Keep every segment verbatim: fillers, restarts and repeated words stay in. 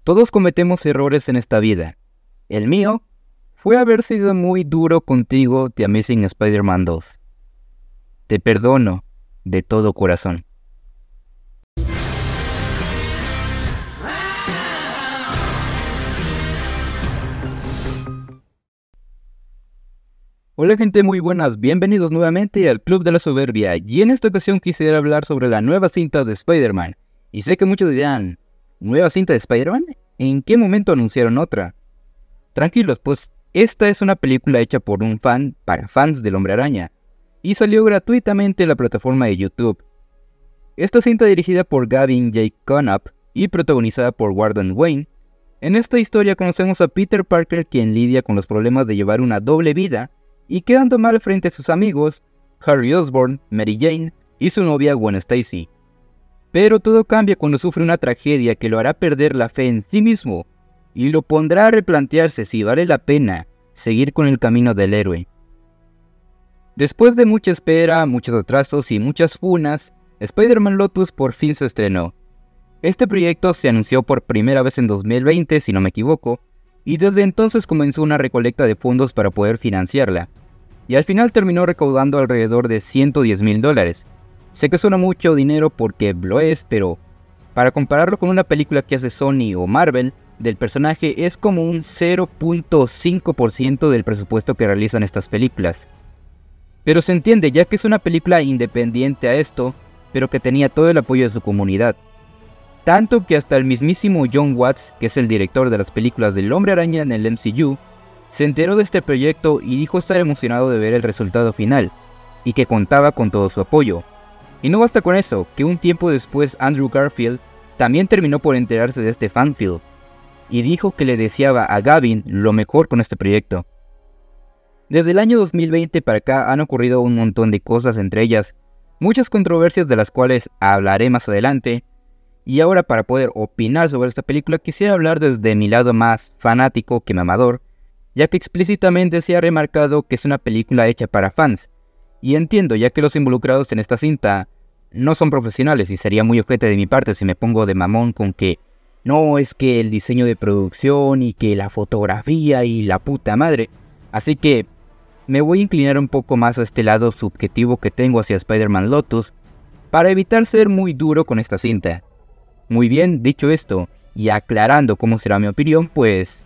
Todos cometemos errores en esta vida. El mío fue haber sido muy duro contigo de Amazing Spider-Man dos. Te perdono de todo corazón. Hola gente, muy buenas, bienvenidos nuevamente al Club de la Soberbia, y en esta ocasión quisiera hablar sobre la nueva cinta de Spider-Man. Y sé que muchos dirán, ¿nueva cinta de Spider-Man? ¿En qué momento anunciaron otra? Tranquilos, pues esta es una película hecha por un fan para fans del Hombre Araña, y salió gratuitamente en la plataforma de YouTube. Esta cinta dirigida por Gavin J. Knapp y protagonizada por Warden Wayne. En esta historia conocemos a Peter Parker, quien lidia con los problemas de llevar una doble vida y quedando mal frente a sus amigos, Harry Osborn, Mary Jane y su novia Gwen Stacy. Pero todo cambia cuando sufre una tragedia que lo hará perder la fe en sí mismo y lo pondrá a replantearse si vale la pena seguir con el camino del héroe. Después de mucha espera, muchos atrasos y muchas funas, Spider-Man Lotus por fin se estrenó. Este proyecto se anunció por primera vez en dos mil veinte, si no me equivoco, y desde entonces comenzó una recolecta de fondos para poder financiarla, y al final terminó recaudando alrededor de ciento diez mil dólares. Sé que suena mucho dinero porque lo es, pero para compararlo con una película que hace Sony o Marvel, del personaje es como un cero punto cinco por ciento del presupuesto que realizan estas películas. Pero se entiende, ya que es una película independiente a esto, pero que tenía todo el apoyo de su comunidad. Tanto que hasta el mismísimo Jon Watts, que es el director de las películas del Hombre Araña en el M C U, se enteró de este proyecto y dijo estar emocionado de ver el resultado final, y que contaba con todo su apoyo. Y no basta con eso, que un tiempo después Andrew Garfield también terminó por enterarse de este fanfield, y dijo que le deseaba a Gavin lo mejor con este proyecto. Desde el año dos mil veinte para acá han ocurrido un montón de cosas, entre ellas muchas controversias de las cuales hablaré más adelante. Y ahora, para poder opinar sobre esta película, quisiera hablar desde mi lado más fanático que mamador, ya que explícitamente se ha remarcado que es una película hecha para fans. Y entiendo, ya que los involucrados en esta cinta no son profesionales, y sería muy ojete de mi parte si me pongo de mamón con que no, es que el diseño de producción y que la fotografía y la puta madre. Así que me voy a inclinar un poco más a este lado subjetivo que tengo hacia Spider-Man Lotus, para evitar ser muy duro con esta cinta. Muy bien, dicho esto, y aclarando cómo será mi opinión, pues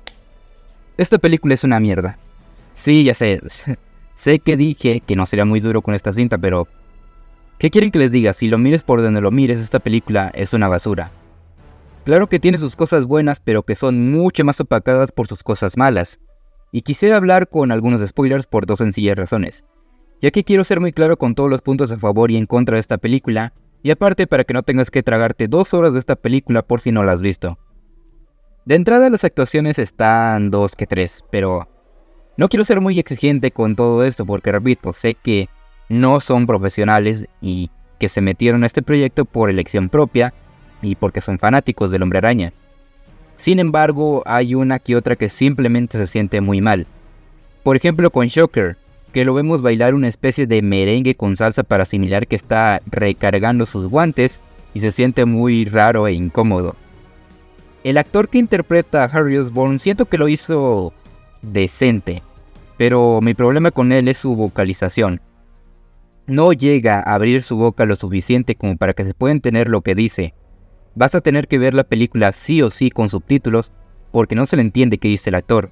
esta película es una mierda. Sí, ya sé, sé que dije que no sería muy duro con esta cinta, pero ¿qué quieren que les diga? Si lo mires por donde lo mires, esta película es una basura. Claro que tiene sus cosas buenas, pero que son mucho más opacadas por sus cosas malas. Y quisiera hablar con algunos spoilers por dos sencillas razones, ya que quiero ser muy claro con todos los puntos a favor y en contra de esta película, y aparte para que no tengas que tragarte dos horas de esta película por si no la has visto. De entrada las actuaciones están dos que tres, pero no quiero ser muy exigente con todo esto porque repito, sé que no son profesionales y que se metieron a este proyecto por elección propia y porque son fanáticos del Hombre Araña. Sin embargo, hay una que otra que simplemente se siente muy mal. Por ejemplo con Shocker, que lo vemos bailar una especie de merengue con salsa para asimilar que está recargando sus guantes y se siente muy raro e incómodo. El actor que interpreta a Harry Osborn siento que lo hizo decente, pero mi problema con él es su vocalización. No llega a abrir su boca lo suficiente como para que se pueda entender lo que dice. Vas a tener que ver la película sí o sí con subtítulos porque no se le entiende qué dice el actor.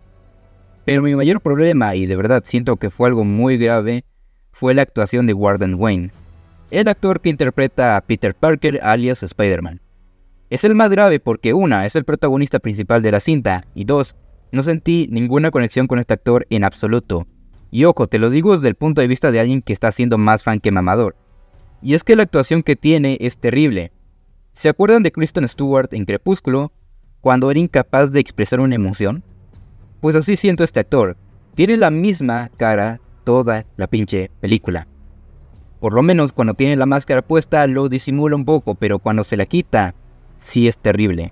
Pero mi mayor problema, y de verdad siento que fue algo muy grave, fue la actuación de Warden Wayne, el actor que interpreta a Peter Parker alias Spider-Man. Es el más grave porque una, es el protagonista principal de la cinta, y dos, no sentí ninguna conexión con este actor en absoluto. Y ojo, te lo digo desde el punto de vista de alguien que está siendo más fan que mamador. Y es que la actuación que tiene es terrible. ¿Se acuerdan de Kristen Stewart en Crepúsculo, cuando era incapaz de expresar una emoción? Pues así siento este actor. Tiene la misma cara toda la pinche película. Por lo menos cuando tiene la máscara puesta lo disimula un poco, pero cuando se la quita, sí es terrible.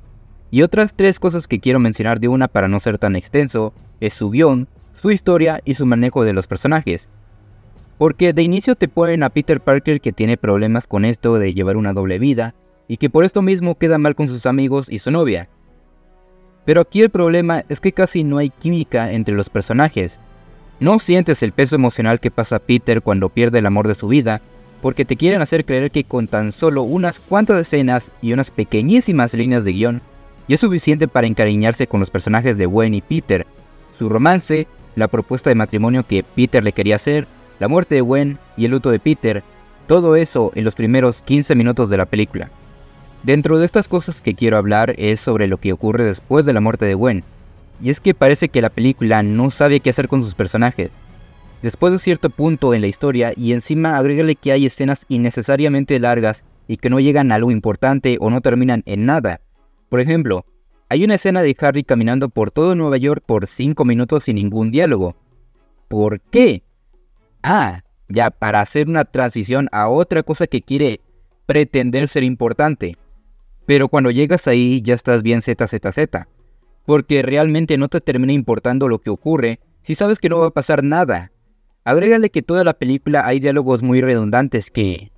Y otras tres cosas que quiero mencionar de una para no ser tan extenso, es su guión, su historia y su manejo de los personajes. Porque de inicio te ponen a Peter Parker que tiene problemas con esto de llevar una doble vida, y que por esto mismo queda mal con sus amigos y su novia. Pero aquí el problema es que casi no hay química entre los personajes. No sientes el peso emocional que pasa Peter cuando pierde el amor de su vida, porque te quieren hacer creer que con tan solo unas cuantas escenas y unas pequeñísimas líneas de guión, ya es suficiente para encariñarse con los personajes de Gwen y Peter, su romance, la propuesta de matrimonio que Peter le quería hacer, la muerte de Gwen y el luto de Peter, todo eso en los primeros quince minutos de la película. Dentro de estas cosas que quiero hablar es sobre lo que ocurre después de la muerte de Gwen, y es que parece que la película no sabe qué hacer con sus personajes. Después de cierto punto en la historia, y encima agrégale que hay escenas innecesariamente largas y que no llegan a algo importante o no terminan en nada. Por ejemplo, hay una escena de Harry caminando por todo Nueva York por cinco minutos sin ningún diálogo. ¿Por qué? Ah, ya para hacer una transición a otra cosa que quiere pretender ser importante. Pero cuando llegas ahí ya estás bien zeta zeta zeta, porque realmente no te termina importando lo que ocurre si sabes que no va a pasar nada. Agrégale que toda la película hay diálogos muy redundantes que...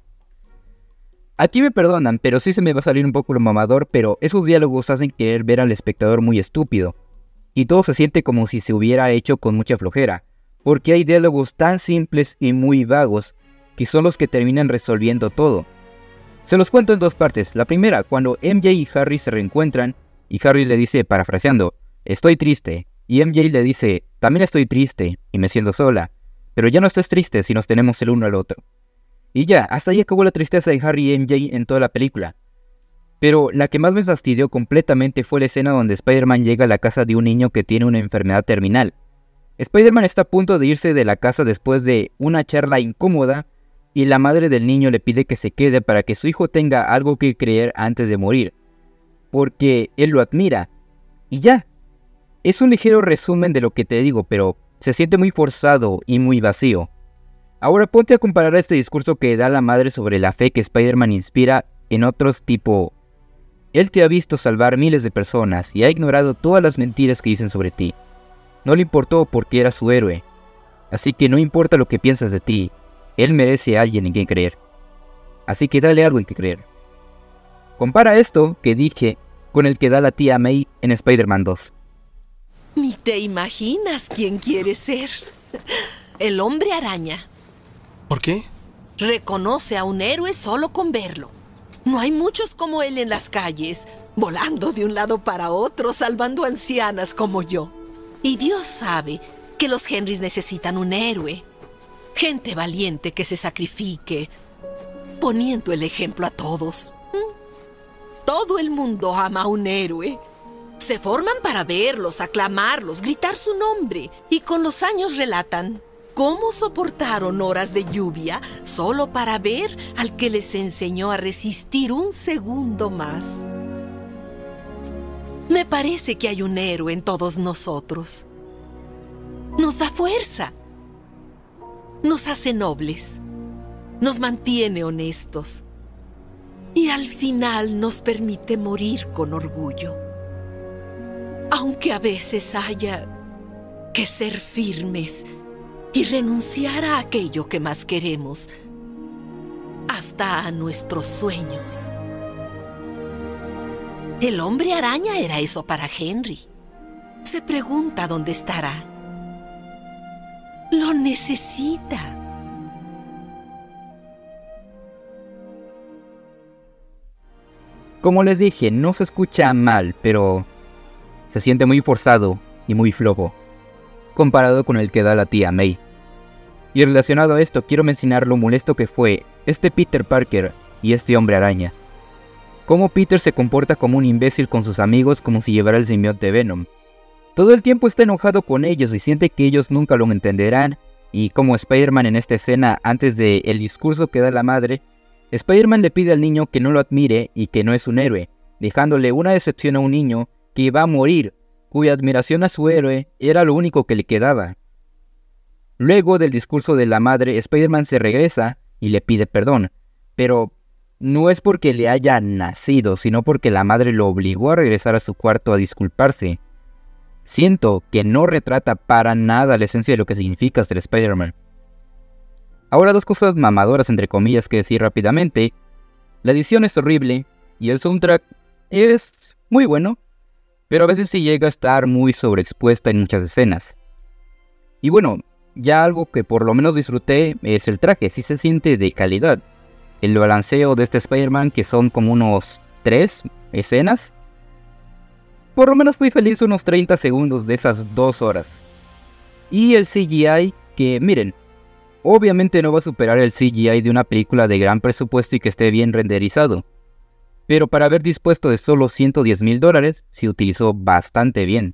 Aquí me perdonan, pero sí se me va a salir un poco lo mamador, pero esos diálogos hacen querer ver al espectador muy estúpido. Y todo se siente como si se hubiera hecho con mucha flojera, porque hay diálogos tan simples y muy vagos que son los que terminan resolviendo todo. Se los cuento en dos partes. La primera, cuando M J y Harry se reencuentran, y Harry le dice, parafraseando, estoy triste, y M J le dice, también estoy triste, y me siento sola, pero ya no estés triste si nos tenemos el uno al otro. Y ya, hasta ahí acabó la tristeza de Harry y M J en toda la película. Pero la que más me fastidió completamente fue la escena donde Spider-Man llega a la casa de un niño que tiene una enfermedad terminal. Spider-Man está a punto de irse de la casa después de una charla incómoda, y la madre del niño le pide que se quede para que su hijo tenga algo que creer antes de morir, porque él lo admira. Y ya, es un ligero resumen de lo que te digo, pero se siente muy forzado y muy vacío. Ahora ponte a comparar este discurso que da la madre sobre la fe que Spider-Man inspira en otros tipo: él te ha visto salvar miles de personas y ha ignorado todas las mentiras que dicen sobre ti. No le importó porque era su héroe. Así que no importa lo que piensas de ti, él merece a alguien en quien creer. Así que dale algo en que creer. Compara esto que dije con el que da la tía May en Spider-Man dos. Ni te imaginas quién quiere ser. El hombre araña. ¿Por qué? Reconoce a un héroe solo con verlo. No hay muchos como él en las calles, volando de un lado para otro, salvando ancianas como yo. Y Dios sabe que los Henrys necesitan un héroe. Gente valiente que se sacrifique, poniendo el ejemplo a todos. Todo el mundo ama a un héroe. Se forman para verlos, aclamarlos, gritar su nombre. Y con los años relatan cómo soportaron horas de lluvia solo para ver al que les enseñó a resistir un segundo más. Me parece que hay un héroe en todos nosotros. Nos da fuerza. Nos hace nobles. Nos mantiene honestos. Y al final nos permite morir con orgullo. Aunque a veces haya que ser firmes y renunciar a aquello que más queremos, hasta a nuestros sueños. El hombre araña era eso para Henry. Se pregunta dónde estará. Lo necesita. Como les dije, no se escucha mal, pero se siente muy forzado y muy flojo, comparado con el que da la tía May. Y relacionado a esto, quiero mencionar lo molesto que fue este Peter Parker y este hombre araña. Cómo Peter se comporta como un imbécil con sus amigos como si llevara el simbionte Venom. Todo el tiempo está enojado con ellos y siente que ellos nunca lo entenderán, y como Spider-Man en esta escena antes del discurso que da la madre, Spider-Man le pide al niño que no lo admire y que no es un héroe, dejándole una decepción a un niño que iba a morir, cuya admiración a su héroe era lo único que le quedaba. Luego del discurso de la madre, Spider-Man se regresa y le pide perdón, pero no es porque le haya nacido, sino porque la madre lo obligó a regresar a su cuarto a disculparse. Siento que no retrata para nada la esencia de lo que significa ser Spider-Man. Ahora dos cosas mamadoras entre comillas que decir rápidamente. La edición es horrible, y el soundtrack es muy bueno, pero a veces sí llega a estar muy sobreexpuesta en muchas escenas. Y bueno, ya algo que por lo menos disfruté es el traje, sí se siente de calidad. El balanceo de este Spider-Man, que son como unos tres escenas, por lo menos fui feliz unos treinta segundos de esas dos horas. Y el C G I, que miren, obviamente no va a superar el C G I de una película de gran presupuesto y que esté bien renderizado, pero para haber dispuesto de solo ciento diez mil dólares, se utilizó bastante bien.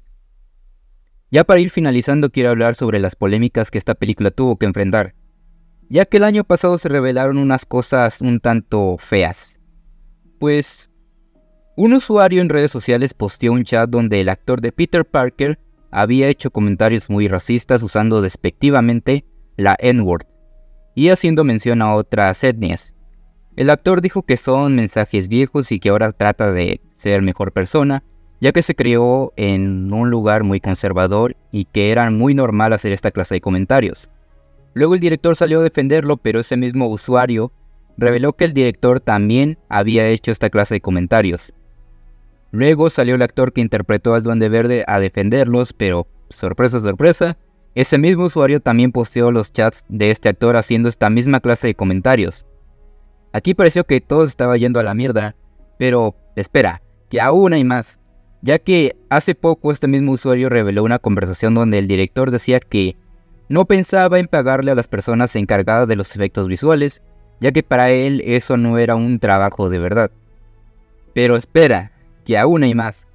Ya para ir finalizando, quiero hablar sobre las polémicas que esta película tuvo que enfrentar, ya que el año pasado se revelaron unas cosas un tanto feas. Pues, un usuario en redes sociales posteó un chat donde el actor de Peter Parker había hecho comentarios muy racistas usando despectivamente la N-word y haciendo mención a otras etnias. El actor dijo que son mensajes viejos y que ahora trata de ser mejor persona, ya que se crió en un lugar muy conservador y que era muy normal hacer esta clase de comentarios. Luego el director salió a defenderlo, pero ese mismo usuario reveló que el director también había hecho esta clase de comentarios. Luego salió el actor que interpretó al Duende Verde a defenderlos, pero sorpresa, sorpresa, ese mismo usuario también posteó los chats de este actor haciendo esta misma clase de comentarios. Aquí pareció que todo estaba yendo a la mierda, pero espera, que aún hay más, ya que hace poco este mismo usuario reveló una conversación donde el director decía que no pensaba en pagarle a las personas encargadas de los efectos visuales, ya que para él eso no era un trabajo de verdad. Pero espera, que aún hay más.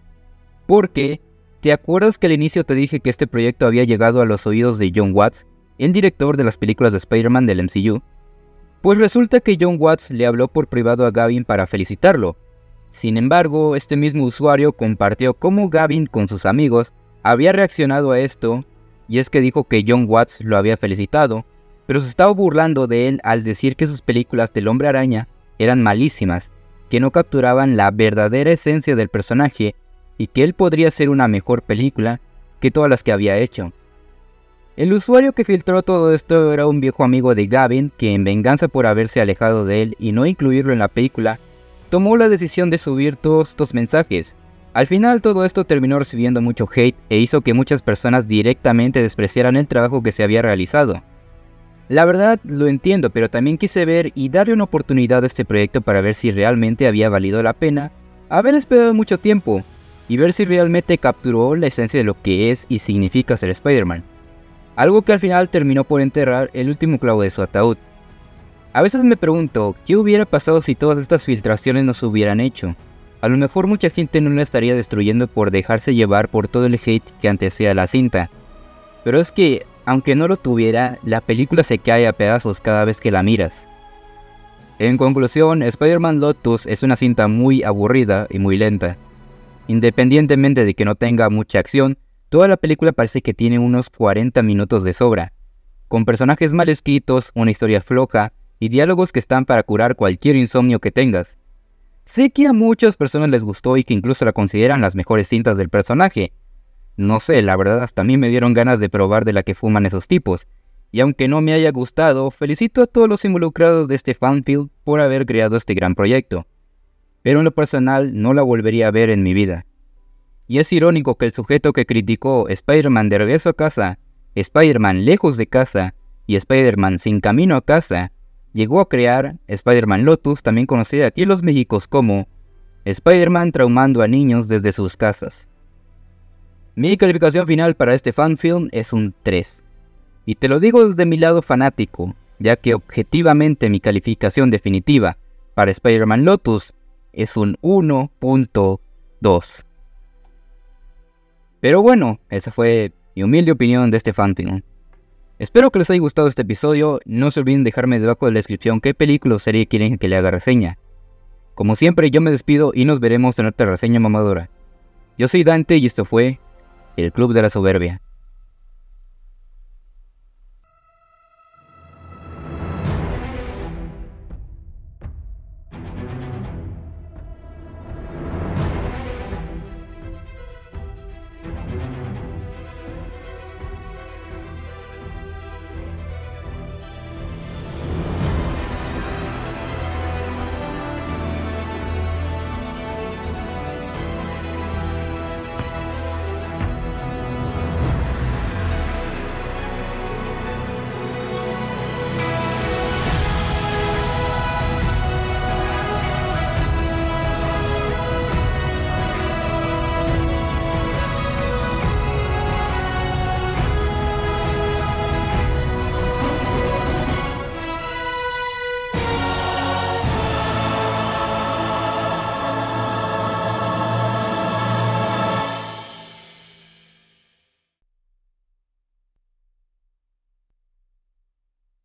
Porque, ¿te acuerdas que al inicio te dije que este proyecto había llegado a los oídos de Jon Watts, el director de las películas de Spider-Man del M C U? Pues resulta que Jon Watts le habló por privado a Gavin para felicitarlo. Sin embargo, este mismo usuario compartió cómo Gavin con sus amigos había reaccionado a esto, y es que dijo que Jon Watts lo había felicitado, pero se estaba burlando de él al decir que sus películas del Hombre Araña eran malísimas, que no capturaban la verdadera esencia del personaje y que él podría ser una mejor película que todas las que había hecho. El usuario que filtró todo esto era un viejo amigo de Gavin que, en venganza por haberse alejado de él y no incluirlo en la película, tomó la decisión de subir todos estos mensajes. Al final todo esto terminó recibiendo mucho hate e hizo que muchas personas directamente despreciaran el trabajo que se había realizado. La verdad lo entiendo, pero también quise ver y darle una oportunidad a este proyecto para ver si realmente había valido la pena haber esperado mucho tiempo y ver si realmente capturó la esencia de lo que es y significa ser Spider-Man. Algo que al final terminó por enterrar el último clavo de su ataúd. A veces me pregunto, ¿qué hubiera pasado si todas estas filtraciones no se hubieran hecho? A lo mejor mucha gente no la estaría destruyendo por dejarse llevar por todo el hate que antecedía a la cinta. Pero es que, aunque no lo tuviera, la película se cae a pedazos cada vez que la miras. En conclusión, Spider-Man Lotus es una cinta muy aburrida y muy lenta. Independientemente de que no tenga mucha acción, toda la película parece que tiene unos cuarenta minutos de sobra, con personajes mal escritos, una historia floja y diálogos que están para curar cualquier insomnio que tengas. Sé que a muchas personas les gustó y que incluso la consideran las mejores cintas del personaje. No sé, la verdad hasta a mí me dieron ganas de probar de la que fuman esos tipos. Y aunque no me haya gustado, felicito a todos los involucrados de este fanfield por haber creado este gran proyecto. Pero en lo personal no la volvería a ver en mi vida. Y es irónico que el sujeto que criticó Spider-Man de regreso a casa, Spider-Man lejos de casa y Spider-Man sin camino a casa, llegó a crear Spider-Man Lotus, también conocida aquí en los Méxicos como Spider-Man traumando a niños desde sus casas. Mi calificación final para este fanfilm es un tres. Y te lo digo desde mi lado fanático, ya que objetivamente mi calificación definitiva para Spider-Man Lotus es un uno punto dos. Pero bueno, esa fue mi humilde opinión de este fanfilm. Espero que les haya gustado este episodio. No se olviden dejarme debajo de la descripción qué película o serie quieren que le haga reseña. Como siempre, yo me despido y nos veremos en otra reseña mamadora. Yo soy Dante y esto fue El Club de la Soberbia.